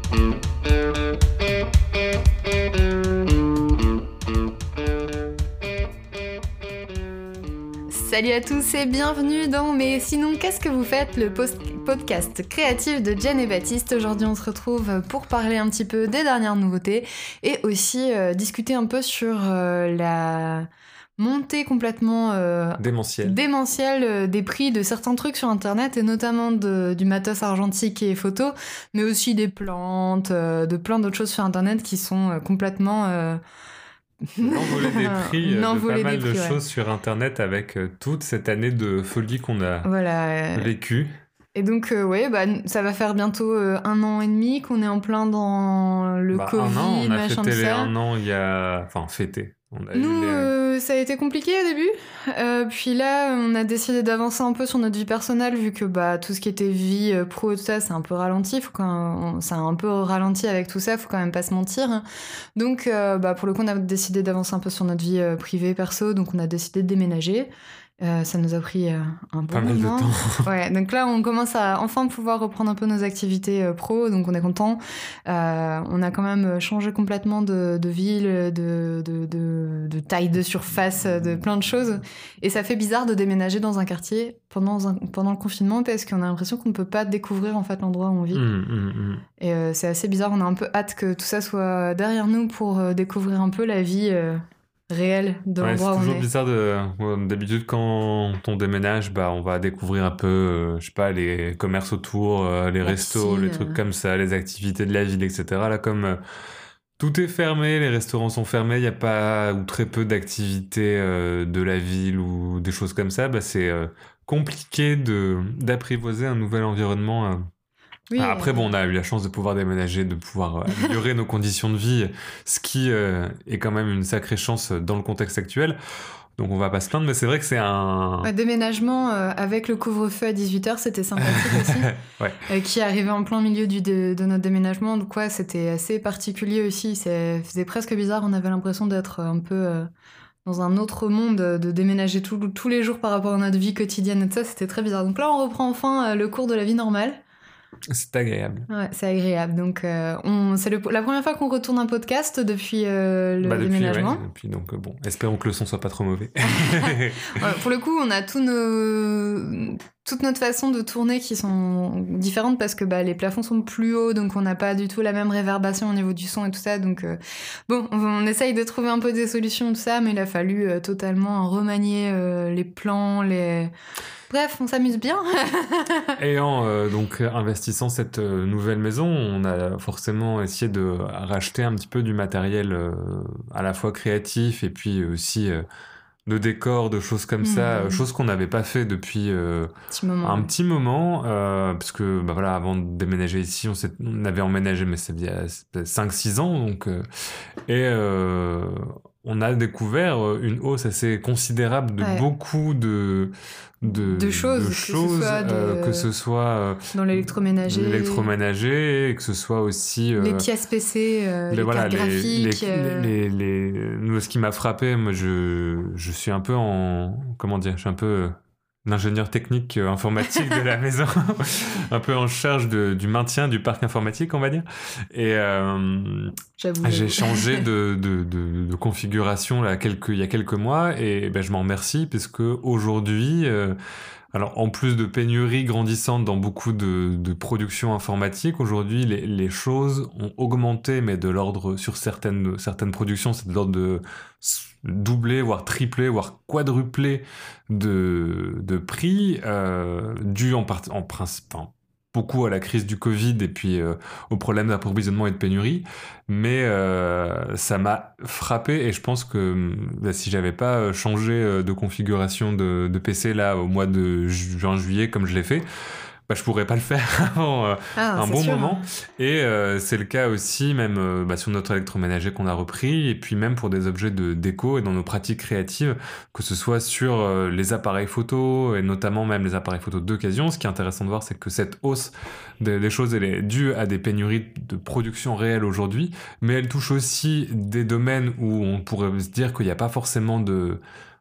Salut à tous et bienvenue dans Mais sinon qu'est-ce que vous faites, le podcast créatif de Jen et Baptiste. Aujourd'hui on se retrouve pour parler un petit peu des dernières nouveautés et aussi discuter un peu sur la montée complètement démentielle des prix de certains trucs sur internet et notamment du matos argentique et photo, mais aussi des plantes, de plein d'autres choses sur internet qui sont complètement... L'envolée des prix de pas mal de choses sur internet avec toute cette année de folie qu'on a vécue. Et donc ça va faire bientôt 1 an et demi qu'on est en plein dans le Covid, un an, on a machin fêté de les ça. 1 an il y a... Enfin, fêté. Nous, ça a été compliqué au début. Puis là, on a décidé d'avancer un peu sur notre vie personnelle, vu que tout ce qui était vie pro et tout ça, c'est un peu ralenti. Ça a un peu ralenti avec tout ça, faut quand même pas se mentir. Donc, pour le coup, on a décidé d'avancer un peu sur notre vie privée, perso. Donc, on a décidé de déménager. Ça nous a pris un bon pas mal de temps. Ouais, donc là, on commence à enfin pouvoir reprendre un peu nos activités pro, donc on est content. On a quand même changé complètement de ville, de taille de surface, de plein de choses. Et ça fait bizarre de déménager dans un quartier pendant le confinement parce qu'on a l'impression qu'on ne peut pas découvrir en fait l'endroit où on vit. Et c'est assez bizarre, on a un peu hâte que tout ça soit derrière nous pour découvrir un peu la vie... réel de l'endroit où on est. C'est toujours bizarre d'habitude quand on déménage, on va découvrir un peu, les commerces autour, les restos, les trucs comme ça, les activités de la ville, etc. Là, comme tout est fermé, les restaurants sont fermés, il n'y a pas ou très peu d'activités de la ville ou des choses comme ça, c'est compliqué d'apprivoiser un nouvel environnement. Oui, après, on a eu la chance de pouvoir déménager, de pouvoir améliorer nos conditions de vie, ce qui est quand même une sacrée chance dans le contexte actuel. Donc on va pas se plaindre, mais c'est vrai que c'est un... déménagement avec le couvre-feu à 18h, c'était sympathique aussi. Ouais. Qui arrivait en plein milieu de notre déménagement, donc c'était assez particulier aussi. Ça faisait presque bizarre, on avait l'impression d'être un peu... dans un autre monde, de déménager tous les jours par rapport à notre vie quotidienne et tout ça, c'était très bizarre. Donc là, on reprend enfin le cours de la vie normale. C'est agréable. Ouais, c'est agréable. Donc, c'est la première fois qu'on retourne un podcast depuis le déménagement. Ouais. Depuis, donc, espérons que le son soit pas trop mauvais. Pour le coup, on a toute notre façon de tourner qui sont différentes parce que les plafonds sont plus hauts, donc on n'a pas du tout la même réverbération au niveau du son et tout ça. Donc, on essaye de trouver un peu des solutions, tout ça, mais il a fallu totalement remanier les plans, Bref, on s'amuse bien. Ayant donc investissant cette nouvelle maison, on a forcément essayé de racheter un petit peu du matériel à la fois créatif et puis aussi de décor, de choses comme ça, choses qu'on n'avait pas fait depuis un petit moment, parce que avant de déménager ici, on avait emménagé, mais c'est il y a 5-6 ans, donc on a découvert une hausse assez considérable de beaucoup de choses, que ce soit dans l'électroménager, et que ce soit aussi les pièces PC, les cartes graphiques. Nous, ce qui m'a frappé, moi je suis un peu je suis un peu l'ingénieur technique informatique de la maison, un peu en charge du maintien du parc informatique, on va dire. Et j'ai changé de configuration là, il y a quelques mois, et je m'en remercie, parce que aujourd'hui, alors en plus de pénuries grandissantes dans beaucoup de productions informatiques, aujourd'hui les choses ont augmenté, mais de l'ordre, sur certaines productions, c'est de l'ordre de doubler, voire tripler, voire quadrupler de prix, dû en principe beaucoup à la crise du Covid et puis aux problèmes d'approvisionnement et de pénurie, mais ça m'a frappé, et je pense que si j'avais pas changé de configuration de PC là au mois de juin-juillet comme je l'ai fait, je pourrais pas le faire avant un bon moment. Et c'est le cas aussi même sur notre électroménager qu'on a repris, et puis même pour des objets de déco et dans nos pratiques créatives, que ce soit sur les appareils photo, et notamment même les appareils photo d'occasion. Ce qui est intéressant de voir, c'est que cette hausse des choses, elle est due à des pénuries de production réelle aujourd'hui, mais elle touche aussi des domaines où on pourrait se dire qu'il n'y a pas forcément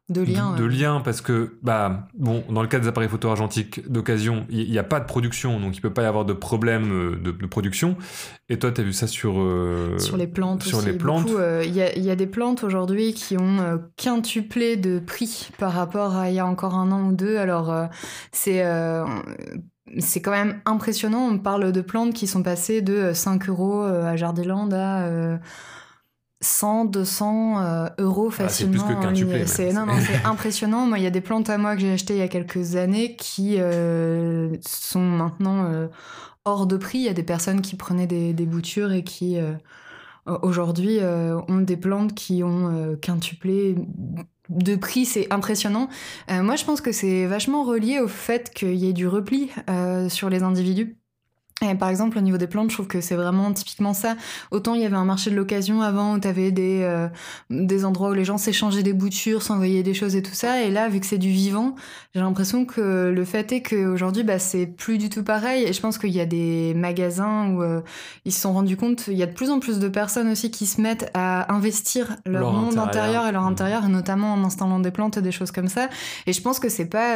de lien, parce que bon, dans le cas des appareils photo argentiques d'occasion, il n'y a pas de production, donc il peut pas y avoir de problème de production. Et toi, tu as vu ça sur les plantes sur aussi. Les plantes. Il y a des plantes aujourd'hui qui ont quintuplé de prix par rapport à il y a encore un an ou deux. Alors c'est quand même impressionnant. On parle de plantes qui sont passées de 5 € à Jardiland à 100, 200 euros facilement. C'est plus que quintuplé. C'est impressionnant. Moi, il y a des plantes à moi que j'ai achetées il y a quelques années qui sont maintenant hors de prix. Il y a des personnes qui prenaient des boutures et qui aujourd'hui ont des plantes qui ont quintuplé de prix. C'est impressionnant. Moi, je pense que c'est vachement relié au fait qu'il y ait du repli sur les individus. Et par exemple, au niveau des plantes, je trouve que c'est vraiment typiquement ça. Autant il y avait un marché de l'occasion avant où t'avais des endroits où les gens s'échangeaient des boutures, s'envoyaient des choses et tout ça. Et là, vu que c'est du vivant, j'ai l'impression que le fait est qu'aujourd'hui, c'est plus du tout pareil. Et je pense qu'il y a des magasins où ils se sont rendus compte, il y a de plus en plus de personnes aussi qui se mettent à investir leur monde intérieur et leur intérieur, et notamment en installant des plantes et des choses comme ça. Et je pense que c'est pas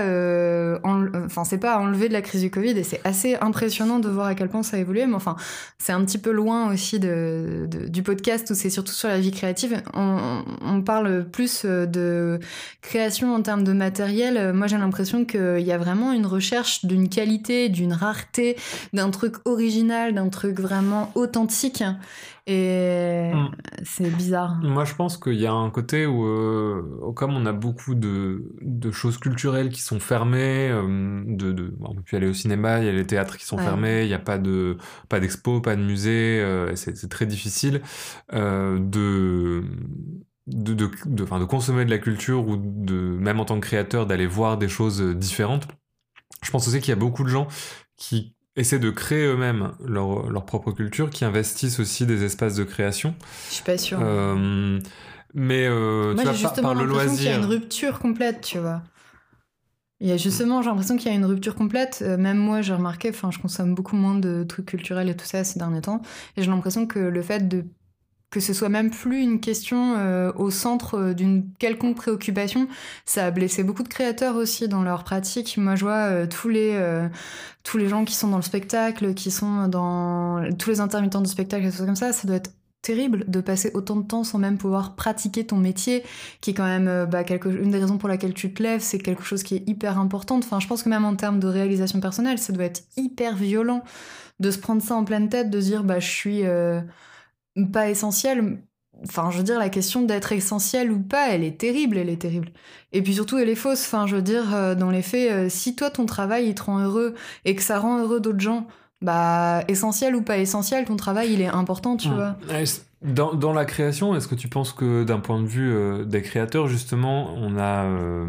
à enlever de la crise du Covid, et c'est assez impressionnant de voir à quel point ça a évolué, mais enfin, c'est un petit peu loin aussi du podcast où c'est surtout sur la vie créative. On parle plus de création en termes de matériel. Moi, j'ai l'impression qu'il y a vraiment une recherche d'une qualité, d'une rareté, d'un truc original, d'un truc vraiment authentique. Et c'est bizarre. Moi, je pense qu'il y a un côté où, comme on a beaucoup de choses culturelles qui sont fermées, on peut plus aller au cinéma, il y a les théâtres qui sont fermés, il n'y a pas d'expo, pas de musée, c'est très difficile de consommer de la culture, ou même en tant que créateur, d'aller voir des choses différentes. Je pense aussi qu'il y a beaucoup de gens qui essaient de créer eux-mêmes leur propre culture, qui investissent aussi des espaces de création. Je suis pas sûre. Mais moi, tu j'ai justement l'impression qu'il y a une rupture complète, tu vois. Il y a justement, j'ai l'impression qu'il y a une rupture complète. Même moi, j'ai remarqué, je consomme beaucoup moins de trucs culturels et tout ça ces derniers temps. Et j'ai l'impression que le fait que ce soit même plus une question au centre d'une quelconque préoccupation, ça a blessé beaucoup de créateurs aussi dans leur pratique. Moi, je vois tous les gens qui sont dans le spectacle, qui sont dans tous les intermittents du spectacle et tout ça comme ça doit être terrible de passer autant de temps sans même pouvoir pratiquer ton métier, qui est quand même une des raisons pour laquelle tu te lèves, c'est quelque chose qui est hyper importante. Enfin, je pense que même en termes de réalisation personnelle, ça doit être hyper violent de se prendre ça en pleine tête, de se dire je suis pas essentielle. Enfin, je veux dire, la question d'être essentielle ou pas, elle est terrible. Et puis surtout, elle est fausse. Enfin, je veux dire, dans les faits, si toi, ton travail, il te rend heureux et que ça rend heureux d'autres gens, essentiel ou pas essentiel, ton travail, il est important, tu vois. Dans la création, est-ce que tu penses que d'un point de vue des créateurs, justement, on a...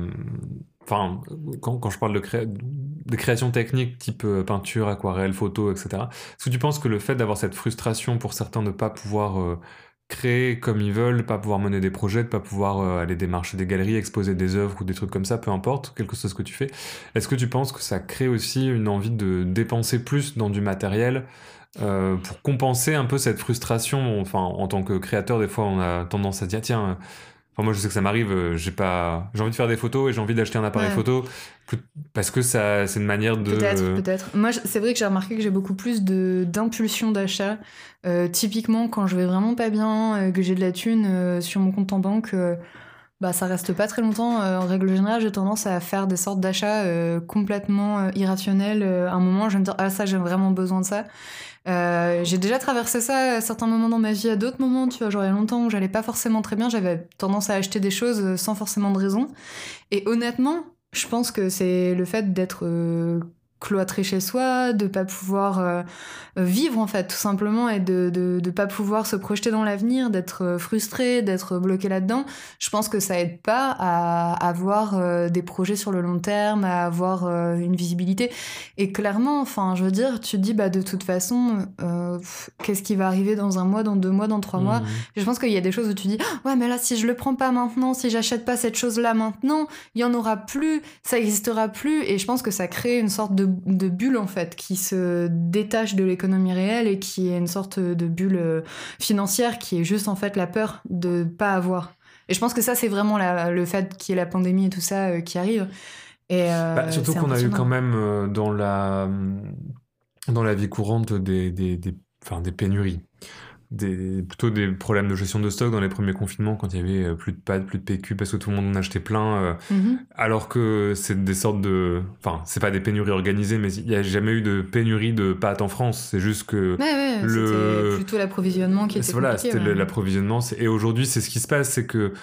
quand je parle de création technique type peinture, aquarelle, photo, etc., est-ce que tu penses que le fait d'avoir cette frustration pour certains de ne pas pouvoir créer comme ils veulent, de pas pouvoir mener des projets, de pas pouvoir aller démarcher des galeries, exposer des œuvres ou des trucs comme ça, peu importe, quelque chose que tu fais, est-ce que tu penses que ça crée aussi une envie de dépenser plus dans du matériel pour compenser un peu cette frustration? Enfin, en tant que créateur, des fois, on a tendance à dire, tiens... moi, je sais que ça m'arrive, j'ai envie de faire des photos et j'ai envie d'acheter un appareil photo parce que c'est une manière de... Peut-être. Moi, c'est vrai que j'ai remarqué que j'ai beaucoup plus d'impulsion d'achat. Typiquement, quand je vais vraiment pas bien, que j'ai de la thune sur mon compte en banque, ça reste pas très longtemps. En règle générale, j'ai tendance à faire des sortes d'achats complètement irrationnels. À un moment, je vais me dire, ça, j'ai vraiment besoin de ça. J'ai déjà traversé ça à certains moments dans ma vie, à d'autres moments, tu vois, genre il y a longtemps où j'allais pas forcément très bien, j'avais tendance à acheter des choses sans forcément de raison. Et honnêtement, je pense que c'est le fait d'être cloîtré chez soi, de pas pouvoir vivre en fait, tout simplement, et de pas pouvoir se projeter dans l'avenir, d'être frustré, d'être bloqué là-dedans. Je pense que ça aide pas à avoir des projets sur le long terme, à avoir une visibilité. Et clairement, enfin, je veux dire, tu te dis, de toute façon, qu'est-ce qui va arriver dans un mois, dans 2 mois, dans 3 mois? Et je pense qu'il y a des choses où tu dis, ouais, mais là, si je le prends pas maintenant, si j'achète pas cette chose-là maintenant, il y en aura plus, ça existera plus. Et je pense que ça crée une sorte de bulle, en fait, qui se détache de l'économie réelle et qui est une sorte de bulle financière qui est juste, en fait, la peur de pas avoir. Et je pense que ça, c'est vraiment le fait qu'il y ait la pandémie et tout ça qui arrive. Et, surtout qu'on a eu quand même dans la vie courante des pénuries. Plutôt des problèmes de gestion de stock dans les premiers confinements quand il y avait plus de pâtes, plus de PQ parce que tout le monde en achetait plein alors que c'est des sortes de... Enfin, c'est pas des pénuries organisées mais il n'y a jamais eu de pénurie de pâtes en France, c'est juste que c'était plutôt l'approvisionnement qui était compliqué. C'était l'approvisionnement et aujourd'hui c'est ce qui se passe, c'est que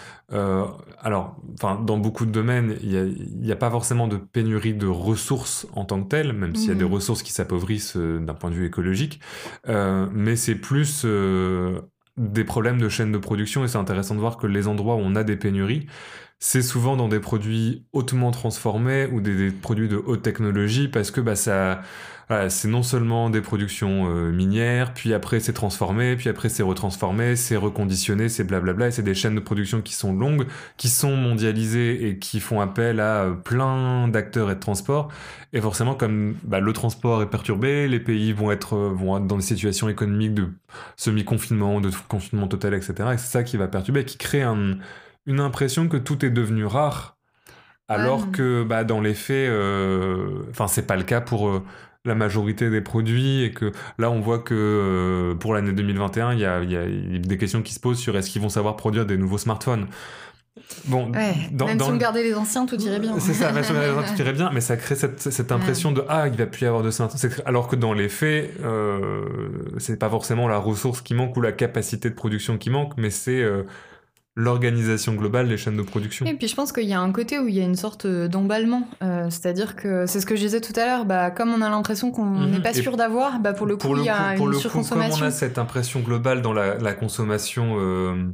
dans beaucoup de domaines il n'y a pas forcément de pénurie de ressources en tant que telles, même s'il y a des ressources qui s'appauvrissent d'un point de vue écologique, mais c'est plus des problèmes de chaîne de production, et c'est intéressant de voir que les endroits où on a des pénuries, c'est souvent dans des produits hautement transformés ou des produits de haute technologie, parce que c'est non seulement des productions minières, puis après c'est transformé, puis après c'est retransformé, c'est reconditionné, c'est blablabla, et c'est des chaînes de production qui sont longues, qui sont mondialisées et qui font appel à plein d'acteurs et de transports. Et forcément, comme le transport est perturbé, les pays vont être dans des situations économiques de semi-confinement, de confinement total, etc. Et c'est ça qui va perturber, qui crée une impression que tout est devenu rare, alors que dans les faits, c'est pas le cas pour la majorité des produits, et que là on voit que pour l'année 2021 il y a des questions qui se posent sur est-ce qu'ils vont savoir produire des nouveaux smartphones. Bon, même si on gardait les anciens, tout irait bien. C'est ça, même si on gardait les anciens, tout irait bien, mais ça crée cette impression de il va plus y avoir de smartphones, alors que dans les faits c'est pas forcément la ressource qui manque ou la capacité de production qui manque, mais c'est l'organisation globale des chaînes de production. Et puis je pense qu'il y a un côté où il y a une sorte d'emballement, c'est-à-dire que c'est ce que je disais tout à l'heure, comme on a l'impression qu'on n'est pas sûr d'avoir, pour le coup il y a une surconsommation. Comme on a cette impression globale dans la consommation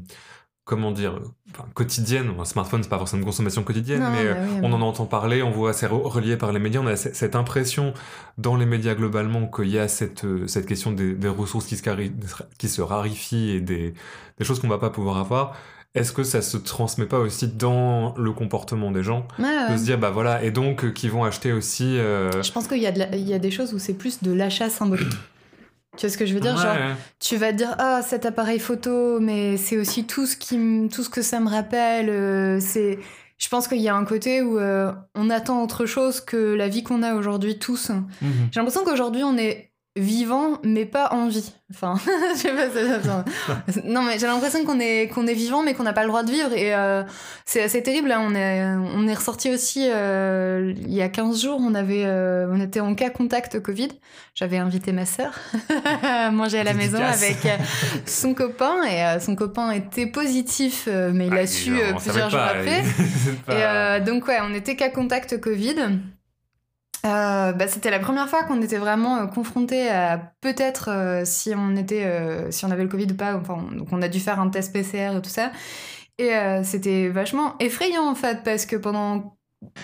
quotidienne, un smartphone c'est pas forcément une consommation quotidienne, on en entend parler, on voit, c'est relié par les médias, on a cette impression dans les médias globalement qu'il y a cette question des ressources qui se raréfient et des choses qu'on va pas pouvoir avoir. Est-ce que ça se transmet pas aussi dans le comportement des gens, de se dire et donc qui vont acheter aussi Je pense qu'il y a des choses où c'est plus de l'achat symbolique. Tu vois ce que je veux dire, tu vas te dire cet appareil photo, mais c'est aussi tout ce que ça me rappelle, je pense qu'il y a un côté où on attend autre chose que la vie qu'on a aujourd'hui tous. J'ai l'impression qu'aujourd'hui on est vivant mais pas en vie. Enfin, je sais pas, non mais j'ai l'impression qu'on est vivant mais qu'on n'a pas le droit de vivre, et c'est assez terrible. Là, on est ressorti aussi il y a 15 jours, on était en cas contact Covid. J'avais invité ma sœur à manger à la maison avec son copain, et son copain était positif, mais il l'a su plusieurs jours après. Et donc on était cas contact Covid. C'était la première fois qu'on était vraiment confrontés à peut-être si on avait le Covid ou pas. Donc on a dû faire un test PCR et tout ça. Et c'était vachement effrayant en fait, parce que pendant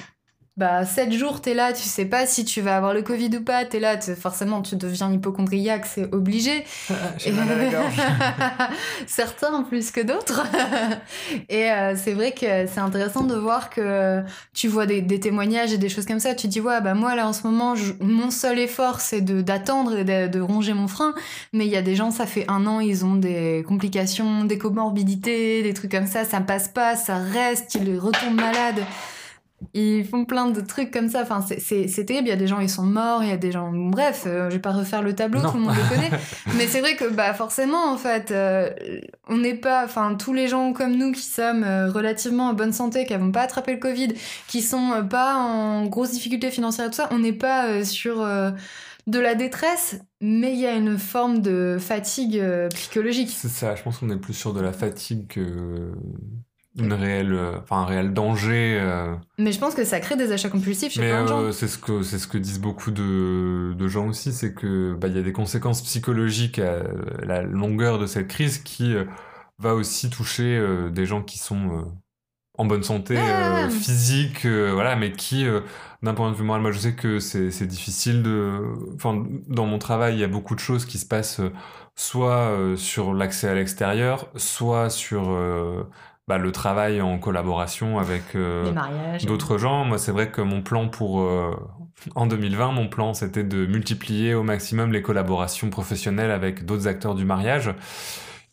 7 jours t'es là, tu sais pas si tu vas avoir le Covid ou pas, t'es là, forcément tu deviens hypocondriaque, c'est obligé. J'ai mal à la gorge. Certains plus que d'autres. Et c'est vrai que c'est intéressant de voir que tu vois des témoignages et des choses comme ça, tu te dis moi là en ce moment mon seul effort c'est d'attendre et de ronger mon frein, mais il y a des gens, ça fait 1 an, ils ont des complications, des comorbidités, des trucs comme ça passe pas, ça reste, ils retombent malades. Ils font plein de trucs comme ça, c'est terrible. Il y a des gens, ils sont morts, il y a des gens, bref, je vais pas refaire le tableau, tout le monde le connaît. Mais c'est vrai que forcément en fait on n'est pas, tous les gens comme nous qui sommes relativement en bonne santé, qui n'avons pas attrapé le Covid, qui sont pas en grosse difficulté financière et tout ça, on n'est pas sur de la détresse, mais il y a une forme de fatigue psychologique. C'est ça, je pense qu'on est plus sur de la fatigue que un réel danger. Mais je pense que ça crée des achats compulsifs chez plein de gens. C'est ce que disent beaucoup de gens aussi, c'est que y a des conséquences psychologiques à la longueur de cette crise qui va aussi toucher des gens qui sont en bonne santé physique, mais qui, d'un point de vue moral, moi je sais que c'est difficile dans mon travail, il y a beaucoup de choses qui se passent soit sur l'accès à l'extérieur, soit sur le travail en collaboration avec d'autres gens. Moi, c'est vrai que mon plan en 2020, mon plan, c'était de multiplier au maximum les collaborations professionnelles avec d'autres acteurs du mariage.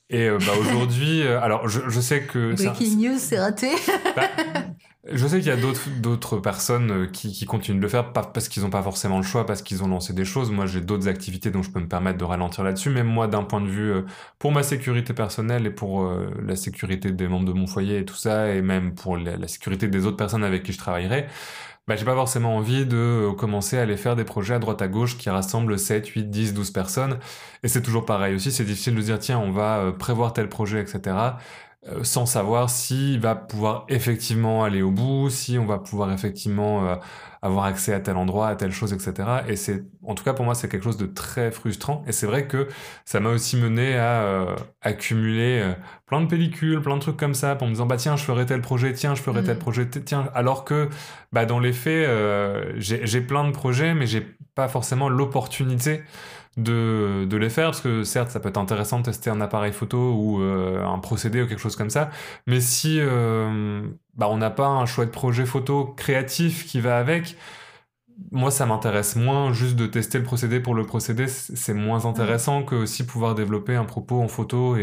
Et aujourd'hui, alors je sais que... Breaking news, c'est raté. Bah, je sais qu'il y a d'autres personnes qui continuent de le faire, pas parce qu'ils n'ont pas forcément le choix, parce qu'ils ont lancé des choses. Moi, j'ai d'autres activités dont je peux me permettre de ralentir là-dessus. Même moi, d'un point de vue pour ma sécurité personnelle et pour la sécurité des membres de mon foyer et tout ça, et même pour la sécurité des autres personnes avec qui je travaillerai, j'ai pas forcément envie de commencer à aller faire des projets à droite à gauche qui rassemblent 7, 8, 10, 12 personnes. Et c'est toujours pareil aussi, c'est difficile de dire, tiens, on va prévoir tel projet, etc., sans savoir s'il va pouvoir effectivement aller au bout, si on va pouvoir effectivement avoir accès à tel endroit, à telle chose, etc. Et c'est, en tout cas pour moi, c'est quelque chose de très frustrant. Et c'est vrai que ça m'a aussi mené à accumuler plein de pellicules, plein de trucs comme ça, pour me disant, bah tiens, je ferai tel projet, tiens, je ferai tel projet, tiens. Alors que, dans les faits, j'ai plein de projets, mais j'ai pas forcément l'opportunité de les faire, parce que certes ça peut être intéressant de tester un appareil photo ou un procédé ou quelque chose comme ça, mais si on n'a pas un chouette projet photo créatif qui va avec, moi ça m'intéresse moins juste de tester le procédé pour le procédé, c'est moins intéressant que aussi pouvoir développer un propos en photo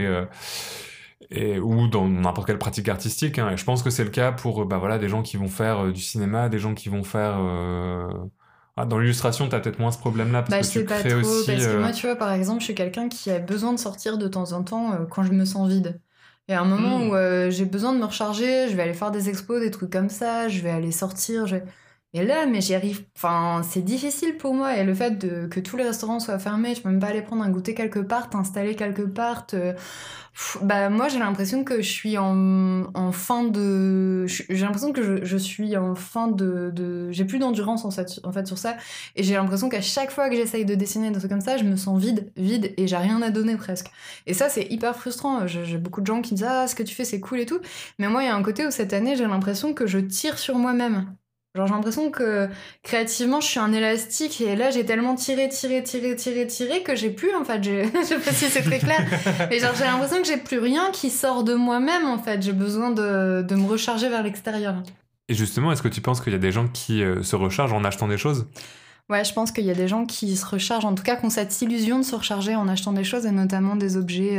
ou dans n'importe quelle pratique artistique, hein. Et je pense que c'est le cas pour des gens qui vont faire du cinéma, des gens qui vont faire dans l'illustration, t'as peut-être moins ce problème-là parce que tu crées trop, aussi. Parce que moi, tu vois, par exemple, je suis quelqu'un qui a besoin de sortir de temps en temps quand je me sens vide. Il y a un moment où j'ai besoin de me recharger, je vais aller faire des expos, des trucs comme ça, je vais aller sortir. Et là, mais j'y arrive. Enfin, c'est difficile pour moi. Et le fait que tous les restaurants soient fermés, je peux même pas aller prendre un goûter quelque part, t'installer quelque part. Moi, j'ai l'impression que je suis en fin de. J'ai l'impression que je suis en fin de. J'ai plus d'endurance en fait sur ça. Et j'ai l'impression qu'à chaque fois que j'essaye de dessiner des trucs comme ça, je me sens vide, et j'ai rien à donner presque. Et ça, c'est hyper frustrant. J'ai beaucoup de gens qui me disent ah, ce que tu fais, c'est cool et tout. Mais moi, il y a un côté où cette année, j'ai l'impression que je tire sur moi-même. Genre, j'ai l'impression que créativement, je suis un élastique et là, j'ai tellement tiré que j'ai plus, en fait. Je sais pas si c'est très clair. Mais genre, j'ai l'impression que j'ai plus rien qui sort de moi-même, en fait. J'ai besoin de me recharger vers l'extérieur. Et justement, est-ce que tu penses qu'il y a des gens qui se rechargent en achetant des choses ? Ouais, je pense qu'il y a des gens qui se rechargent, en tout cas, qui ont cette illusion de se recharger en achetant des choses et notamment des objets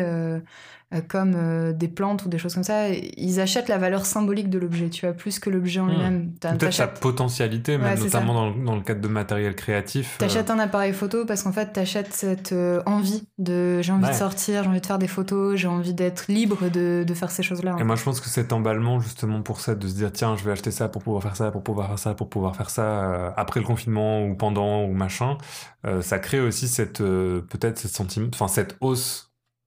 comme des plantes ou des choses comme ça. Ils achètent la valeur symbolique de l'objet, tu vois, plus que l'objet en lui-même. Peut-être sa potentialité, même notamment dans le cadre de matériel créatif. T'achètes un appareil photo parce qu'en fait, t'achètes cette envie de j'ai envie de sortir, j'ai envie de faire des photos, j'ai envie d'être libre de faire ces choses-là. Et moi, je pense que cet emballement, justement, pour ça, de se dire tiens, je vais acheter ça pour pouvoir faire ça, pour pouvoir faire ça, pour pouvoir faire ça après le confinement ou pendant ou machin, ça crée aussi peut-être cette sentiment, enfin cette hausse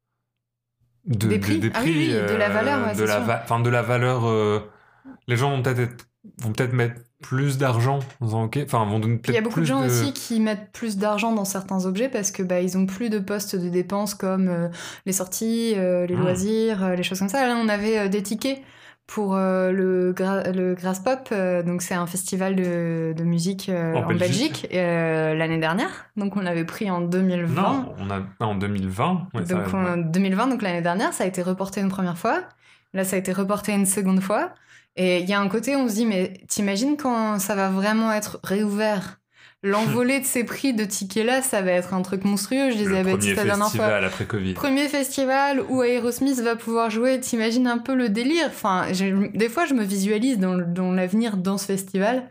des prix, oui, de la valeur, de la valeur. Les gens vont peut-être mettre plus d'argent vont donner peut-être. Il y a beaucoup de gens aussi qui mettent plus d'argent dans certains objets parce que ils ont plus de postes de dépenses comme les sorties, les loisirs, les choses comme ça. Là, on avait des tickets pour le Graspop, donc c'est un festival de musique en Belgique l'année dernière. Donc on l'avait pris en 2020. Non, en 2020. Ouais, donc en 2020, donc l'année dernière, ça a été reporté une première fois. Là, ça a été reporté une seconde fois. Et il y a un côté où on se dit, mais t'imagines quand ça va vraiment être réouvert ? L'envolée de ces prix de tickets-là, ça va être un truc monstrueux. Je disais à Baptiste la dernière fois. Premier festival après Covid. Premier festival où Aerosmith va pouvoir jouer. T'imagines un peu le délire. Enfin, des fois, je me visualise dans l'avenir dans ce festival.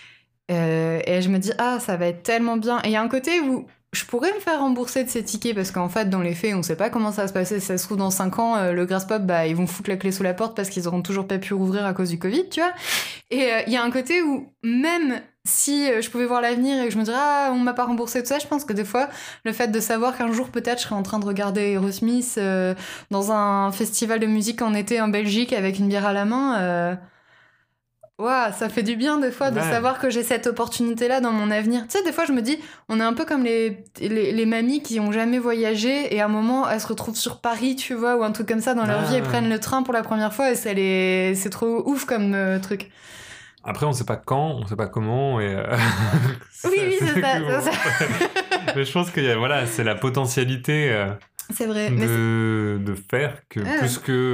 Et je me dis, ah, ça va être tellement bien. Et il y a un côté où je pourrais me faire rembourser de ces tickets parce qu'en fait, dans les faits, on sait pas comment ça va se passer. Si ça se trouve, dans 5 ans, le Graspop, ils vont foutre la clé sous la porte parce qu'ils auront toujours pas pu rouvrir à cause du Covid, tu vois. Et il y a un côté où, même si je pouvais voir l'avenir et que je me dirais, ah, on m'a pas remboursé tout ça, je pense que des fois, le fait de savoir qu'un jour, peut-être, je serai en train de regarder Aerosmith dans un festival de musique en été en Belgique avec une bière à la main, ouais, ça fait du bien des fois de savoir que j'ai cette opportunité-là dans mon avenir. Tu sais, des fois, je me dis, on est un peu comme les mamies qui ont jamais voyagé et à un moment, elles se retrouvent sur Paris, tu vois, ou un truc comme ça dans leur vie et prennent le train pour la première fois et c'est trop ouf comme truc. Après, on sait pas quand, on sait pas comment et... oui, c'est ça. Mais je pense que c'est la potentialité c'est vrai. de faire que plus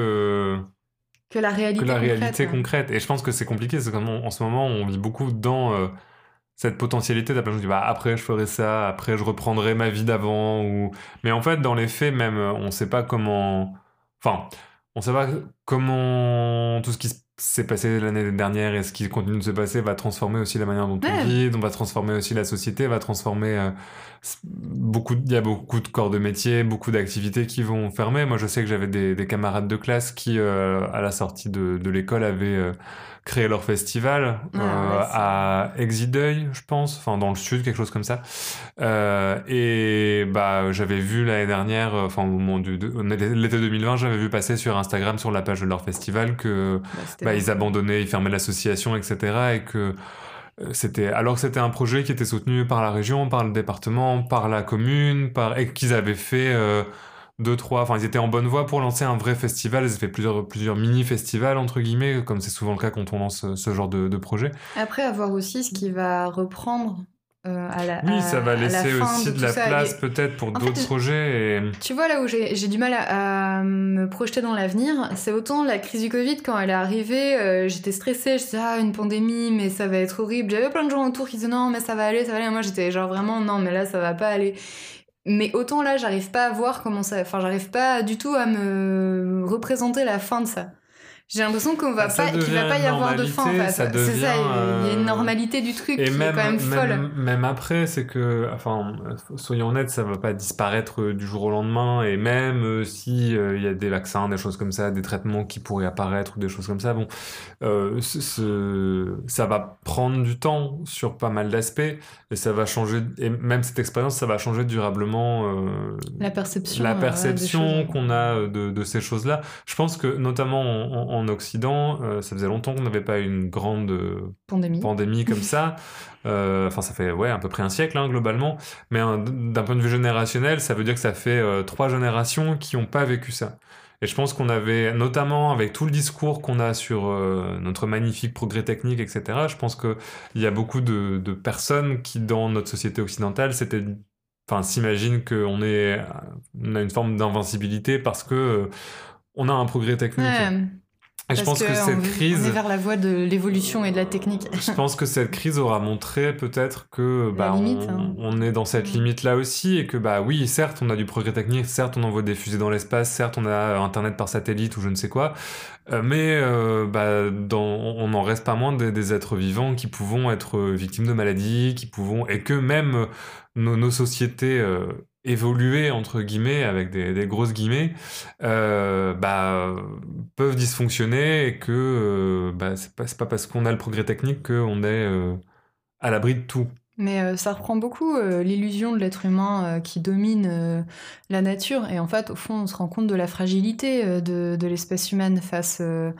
que la réalité concrète. Et je pense que c'est compliqué, c'est comme en ce moment, on vit beaucoup dans cette potentialité. T'as plein de gens qui disent, après je ferai ça, après je reprendrai ma vie d'avant. Mais en fait, dans les faits, même, on sait pas comment Enfin, on sait pas comment tout ce qui s'est passé l'année dernière et ce qui continue de se passer va transformer aussi la manière dont on vit, va transformer aussi la société, va transformer il y a beaucoup de corps de métier, beaucoup d'activités qui vont fermer. Moi, je sais que j'avais des camarades de classe qui, à la sortie de l'école, avaient créé leur festival à Exideuil, je pense, enfin dans le sud, quelque chose comme ça. Et bah j'avais vu l'année dernière, enfin au moment l'été 2020, j'avais vu passer sur Instagram, sur la page de leur festival, que ils abandonnaient, ils fermaient l'association, etc. Et que alors que c'était un projet qui était soutenu par la région, par le département, par la commune, et qu'ils avaient fait ils étaient en bonne voie pour lancer un vrai festival. Ils avaient fait plusieurs mini-festivals, entre guillemets, comme c'est souvent le cas quand on lance ce genre de projet. Après, avoir aussi ce qui va reprendre ça va laisser aussi de la place peut-être pour d'autres projets. Tu vois, là où j'ai du mal à me projeter dans l'avenir, c'est autant la crise du Covid, quand elle est arrivée, j'étais stressée, je disais une pandémie, mais ça va être horrible. J'avais plein de gens autour qui disaient non, mais ça va aller, ça va aller. Et moi, j'étais genre vraiment non, mais là, ça va pas aller. Mais autant là, j'arrive pas à voir comment ça... Enfin, j'arrive pas du tout à me représenter la fin de ça. J'ai l'impression qu'il va pas y avoir de fin. C'est ça, il y a une normalité du truc qui est quand même folle. Même après, c'est que, soyons honnêtes, ça va pas disparaître du jour au lendemain. Et même si il y a des vaccins, des choses comme ça, des traitements qui pourraient apparaître ou des choses comme ça, bon, ça va prendre du temps sur pas mal d'aspects et ça va changer. Et même cette expérience, ça va changer durablement la perception qu'on a de ces choses-là. Je pense que notamment en Occident, ça faisait longtemps qu'on n'avait pas une grande pandémie comme ça. Ça fait à peu près un siècle globalement. Mais d'un point de vue générationnel, ça veut dire que ça fait 3 générations qui n'ont pas vécu ça. Et je pense qu'on avait, notamment avec tout le discours qu'on a sur notre magnifique progrès technique, etc., je pense qu'il y a beaucoup de personnes qui, dans notre société occidentale, s'imaginent qu'on a une forme d'invincibilité parce que on a un progrès technique. Et je pense que cette crise... On est vers la voie de l'évolution et de la technique. Je pense que cette crise aura montré peut-être que on est dans cette limite-là aussi et que oui, certes, on a du progrès technique, certes, on envoie des fusées dans l'espace, certes, on a Internet par satellite ou je ne sais quoi, mais on n'en reste pas moins des êtres vivants qui pouvons être victimes de maladies, et que même nos sociétés... évoluer entre guillemets avec des grosses guillemets peuvent dysfonctionner et que c'est pas parce qu'on a le progrès technique qu'on est à l'abri de tout. Mais ça reprend beaucoup l'illusion de l'être humain qui domine la nature. Et en fait, au fond, on se rend compte de la fragilité de l'espèce humaine face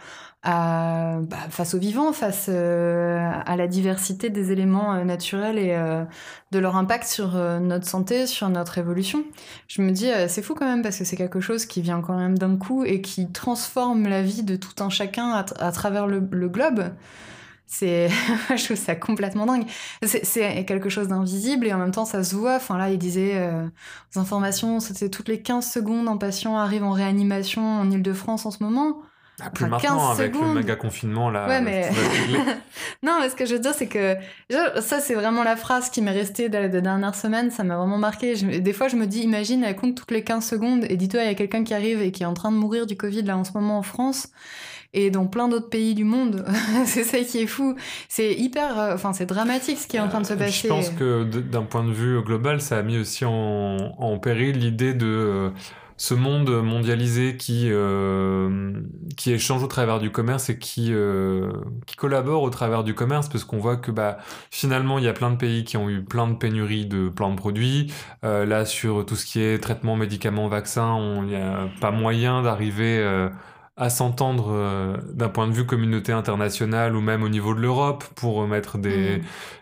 au vivant, face à la diversité des éléments naturels et de leur impact sur notre santé, sur notre évolution. Je me dis, c'est fou quand même, parce que c'est quelque chose qui vient quand même d'un coup et qui transforme la vie de tout un chacun à travers le globe. Je trouve ça complètement dingue. C'est quelque chose d'invisible et en même temps ça se voit. Enfin là, il disait aux informations, c'était toutes les 15 secondes un patient arrive en réanimation en Île-de-France en ce moment. Plus maintenant, avec le méga confinement là. Ouais, mais... non, mais ce que je veux dire, c'est que ça, c'est vraiment la phrase qui m'est restée des dernières semaines. Ça m'a vraiment marqué. Des fois, je me dis, imagine, elle compte toutes les 15 secondes et dis-toi, il y a quelqu'un qui arrive et qui est en train de mourir du Covid là en ce moment en France. Et dans plein d'autres pays du monde. C'est ça qui est fou. C'est hyper... c'est dramatique ce qui est en train de se passer. Je pense que d'un point de vue global, ça a mis aussi en péril l'idée de ce monde mondialisé qui échange au travers du commerce et qui collabore au travers du commerce, parce qu'on voit que finalement, il y a plein de pays qui ont eu plein de pénuries de plein de produits. Là, sur tout ce qui est traitement, médicaments, vaccins, il n'y a pas moyen d'arriver... à s'entendre d'un point de vue communauté internationale ou même au niveau de l'Europe pour mettre des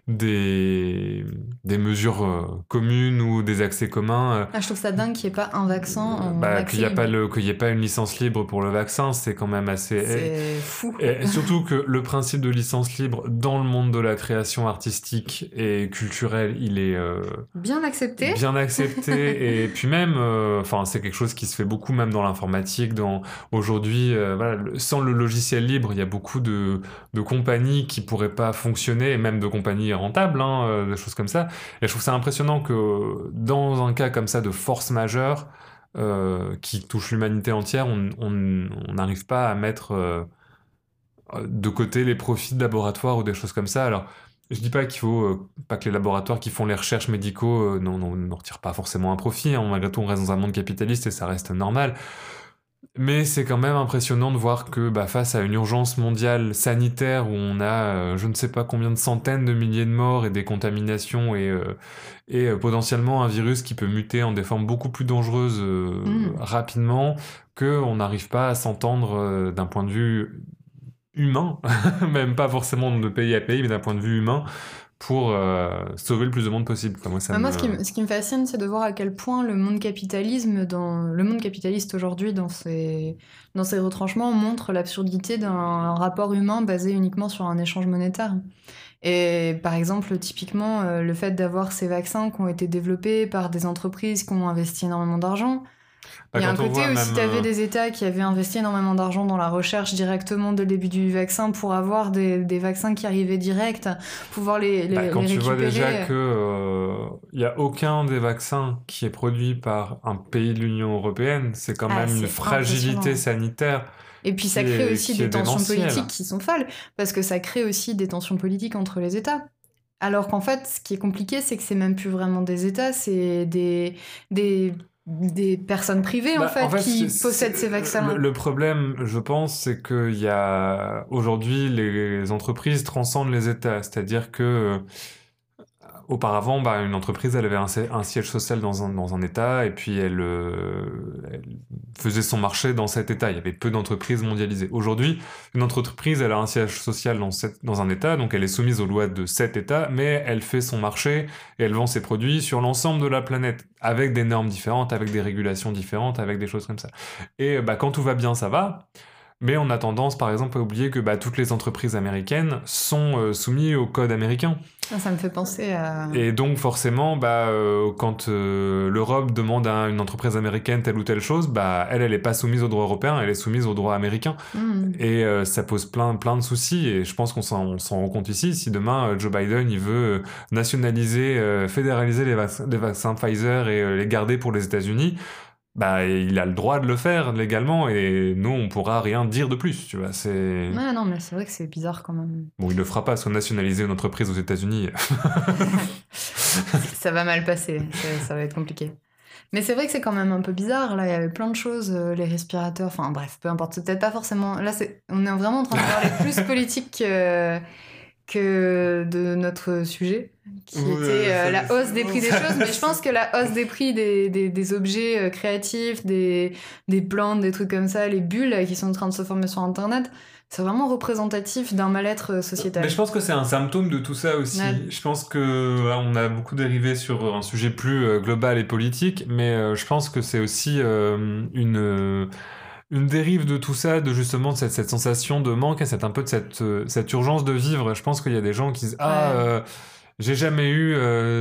mesures communes ou des accès communs. Je trouve ça dingue qu'il n'y ait pas un vaccin. Qu'il n'y ait pas une licence libre pour le vaccin, c'est quand même assez... C'est fou. Et surtout que le principe de licence libre dans le monde de la création artistique et culturelle, il est... bien accepté. Bien accepté. Et puis même, c'est quelque chose qui se fait beaucoup même dans l'informatique. Aujourd'hui, sans le logiciel libre, il y a beaucoup de compagnies qui pourraient pas fonctionner, et même de compagnies rentables, des choses comme ça. Et je trouve ça impressionnant que dans un cas comme ça de force majeure, qui touche l'humanité entière, on n'arrive pas à mettre de côté les profits de laboratoires ou des choses comme ça. Alors, je dis pas qu'il faut pas que les laboratoires qui font les recherches médicaux n'en retirent pas forcément un profit, hein. Malgré tout, on reste dans un monde capitaliste et ça reste normal. Mais c'est quand même impressionnant de voir que face à une urgence mondiale sanitaire où on a je ne sais pas combien de centaines de milliers de morts et des contaminations et potentiellement un virus qui peut muter en des formes beaucoup plus dangereuses rapidement, qu'on n'arrive pas à s'entendre d'un point de vue humain, même pas forcément de pays à pays, mais d'un point de vue humain, pour sauver le plus de monde possible. Enfin, moi, ce qui me fascine, c'est de voir à quel point le monde capitaliste aujourd'hui, dans ses retranchements, montre l'absurdité d'un rapport humain basé uniquement sur un échange monétaire. Et par exemple, typiquement, le fait d'avoir ces vaccins qui ont été développés par des entreprises qui ont investi énormément d'argent. Il y a un côté où si tu avais des États qui avaient investi énormément d'argent dans la recherche directement dès le début du vaccin pour avoir des vaccins qui arrivaient direct, pouvoir les quand récupérer. Tu vois déjà que il y a aucun des vaccins qui est produit par un pays de l'Union européenne, c'est quand même une fragilité sanitaire. Et puis ça crée aussi des tensions politiques qui sont folles, parce que ça crée aussi des tensions politiques entre les États. Alors qu'en fait, ce qui est compliqué, c'est que c'est même plus vraiment des États, c'est des personnes privées en fait qui possèdent ces vaccins. Le problème, je pense, c'est que il y a aujourd'hui les entreprises transcendent les États, c'est-à-dire que auparavant, une entreprise, elle avait un siège social dans un État et puis elle faisait son marché dans cet État. Il y avait peu d'entreprises mondialisées. Aujourd'hui, une entreprise, elle a un siège social dans un État, donc elle est soumise aux lois de cet État, mais elle fait son marché et elle vend ses produits sur l'ensemble de la planète, avec des normes différentes, avec des régulations différentes, avec des choses comme ça. Et quand tout va bien, ça va. Mais on a tendance, par exemple, à oublier que toutes les entreprises américaines sont soumises au code américain. Ça me fait penser à... Et donc, forcément, quand l'Europe demande à une entreprise américaine telle ou telle chose, elle n'est pas soumise au droit européen, elle est soumise au droit américain. Et ça pose plein de soucis. Et je pense qu'on s'en rend compte ici. Si demain, Joe Biden, il veut nationaliser, fédéraliser les vaccins Pfizer et les garder pour les États-Unis, il a le droit de le faire légalement et nous on pourra rien dire de plus, tu vois. Non, mais c'est vrai que c'est bizarre quand même. Bon, il le fera pas, soit nationaliser une entreprise aux États-Unis. Ça va mal passer, ça va être compliqué. Mais c'est vrai que c'est quand même un peu bizarre, là, il y avait plein de choses, les respirateurs, enfin bref, peu importe, c'est peut-être pas forcément... Là, on est vraiment en train de parler plus politique que de notre sujet, qui était la hausse des prix des choses, mais je pense que la hausse des prix des objets créatifs, des plantes, des trucs comme ça, les bulles qui sont en train de se former sur Internet, c'est vraiment représentatif d'un mal-être sociétal. Mais je pense que c'est un symptôme de tout ça aussi. Ouais. Je pense que on a beaucoup dérivé sur un sujet plus global et politique, mais je pense que c'est aussi une dérive de tout ça, de justement cette sensation de manque et un peu de cette urgence de vivre. Je pense qu'il y a des gens qui disent j'ai jamais eu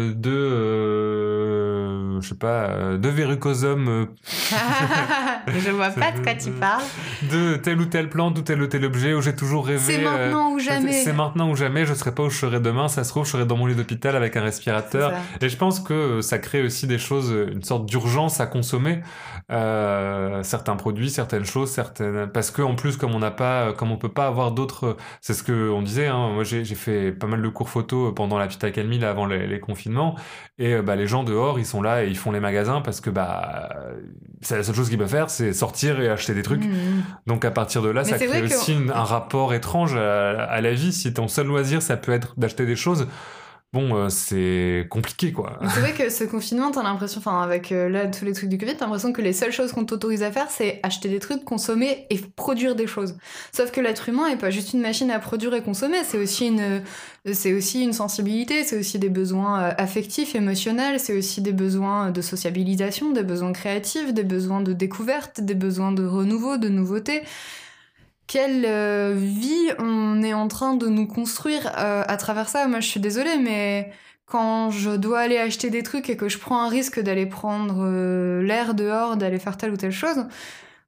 de verrucosum. Je vois pas de quoi tu parles. De telle ou telle plante ou tel objet où j'ai toujours rêvé. C'est maintenant ou jamais. C'est maintenant ou jamais. Je serai pas où je serai demain. Ça se trouve, je serai dans mon lit d'hôpital avec un respirateur. Et je pense que ça crée aussi des choses, une sorte d'urgence à consommer certains produits, certaines choses, parce que en plus, comme on peut pas avoir d'autres. C'est ce que on disait. Hein. Moi, j'ai fait pas mal de cours photo pendant la petite accalmie là avant les confinements. Et les gens dehors, ils sont là et ils font les magasins parce que c'est la seule chose qu'ils peuvent faire, c'est sortir et acheter des trucs. Donc à partir de là, ça crée aussi un rapport étrange à la vie. Si ton seul loisir, ça peut être d'acheter des choses, c'est compliqué, quoi. C'est vrai que ce confinement, t'as l'impression, avec là, tous les trucs du Covid, t'as l'impression que les seules choses qu'on t'autorise à faire, c'est acheter des trucs, consommer et produire des choses. Sauf que l'être humain est pas juste une machine à produire et consommer, c'est aussi une sensibilité, c'est aussi des besoins affectifs, émotionnels, c'est aussi des besoins de sociabilisation, des besoins créatifs, des besoins de découverte, des besoins de renouveau, de nouveauté. Quelle vie on est en train de nous construire à travers ça. Moi, je suis désolée, mais quand je dois aller acheter des trucs et que je prends un risque d'aller prendre l'air dehors, d'aller faire telle ou telle chose,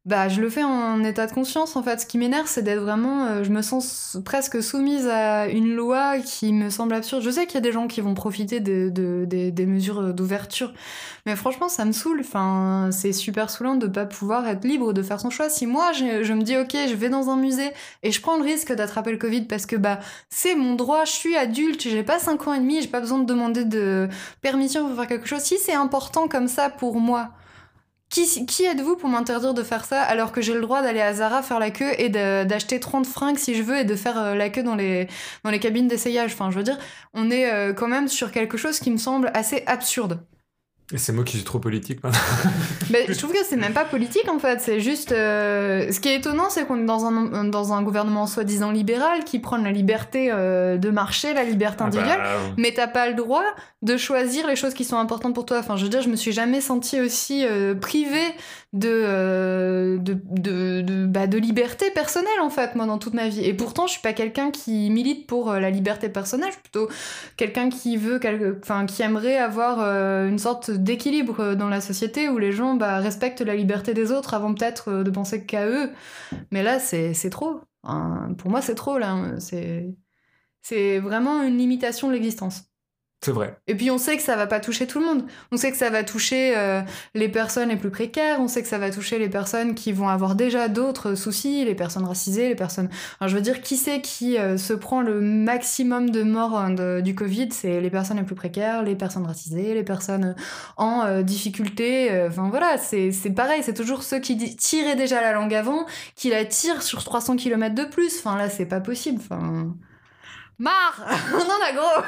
Bah, je le fais en état de conscience, en fait. Ce qui m'énerve, c'est d'être vraiment... je me sens presque soumise à une loi qui me semble absurde. Je sais qu'il y a des gens qui vont profiter des mesures d'ouverture, mais franchement, ça me saoule. Enfin, c'est super saoulant de pas pouvoir être libre de faire son choix. Si moi, je me dis, ok, je vais dans un musée et je prends le risque d'attraper le Covid parce que bah, c'est mon droit, je suis adulte, j'ai pas 5 ans et demi, j'ai pas besoin de demander de permission pour faire quelque chose. Si c'est important comme ça pour moi... Qui êtes-vous pour m'interdire de faire ça alors que j'ai le droit d'aller à Zara faire la queue et d'acheter 30 fringues si je veux et de faire la queue dans les cabines d'essayage. Enfin, je veux dire, on est quand même sur quelque chose qui me semble assez absurde. Et c'est moi qui suis trop politique maintenant. Mais je trouve que c'est même pas politique en fait, c'est juste... ce qui est étonnant, c'est qu'on est dans un gouvernement soi-disant libéral qui prône la liberté de marché, la liberté individuelle, mais t'as pas le droit de choisir les choses qui sont importantes pour toi. Enfin, je veux dire, je me suis jamais sentie aussi privée de liberté personnelle en fait, moi, dans toute ma vie. Et pourtant, je suis pas quelqu'un qui milite pour la liberté personnelle, je suis plutôt quelqu'un qui veut, qui aimerait avoir une sorte d'équilibre dans la société où les gens respectent la liberté des autres avant peut-être de penser qu'à eux. Mais là, c'est trop. Pour moi, c'est trop, là. C'est vraiment une limitation de l'existence. C'est vrai. Et puis on sait que ça va pas toucher tout le monde. On sait que ça va toucher les personnes les plus précaires, on sait que ça va toucher les personnes qui vont avoir déjà d'autres soucis, les personnes racisées, les personnes... Enfin, je veux dire, qui c'est qui se prend le maximum de morts du Covid? C'est les personnes les plus précaires, les personnes racisées, les personnes en difficulté. Enfin voilà, c'est pareil, c'est toujours ceux qui tiraient déjà la langue avant, qui la tirent sur 300 km de plus. Enfin là, c'est pas possible. Enfin... Marre. On en a gros.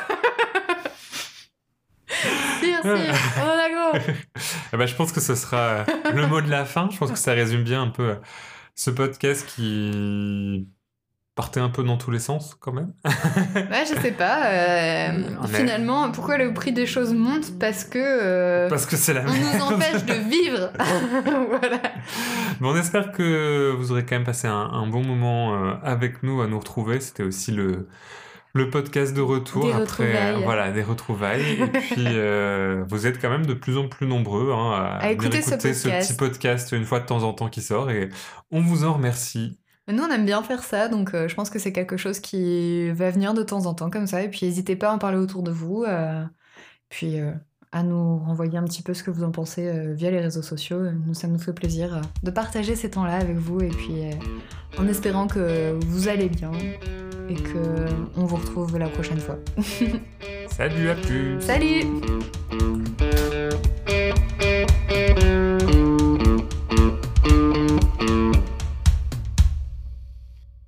On en a gros. Je pense que ce sera le mot de la fin. Je pense que ça résume bien un peu ce podcast qui partait un peu dans tous les sens quand même. Ouais, je sais pas. Finalement, pourquoi le prix des choses monte? Parce que c'est la merde. On nous empêche de vivre. Voilà. Mais on espère que vous aurez quand même passé un bon moment avec nous, à nous retrouver. C'était aussi le podcast de retour des après des retrouvailles. Et puis vous êtes quand même de plus en plus nombreux à écouter ce petit podcast une fois de temps en temps qui sort, et on vous en remercie. Nous, on aime bien faire ça, donc je pense que c'est quelque chose qui va venir de temps en temps comme ça. Et puis n'hésitez pas à en parler autour de vous, puis à nous renvoyer un petit peu ce que vous en pensez via les réseaux sociaux. Nous, ça nous fait plaisir de partager ces temps-là avec vous, et puis en espérant que vous allez bien et qu'on vous retrouve la prochaine fois. Salut, à plus. Salut.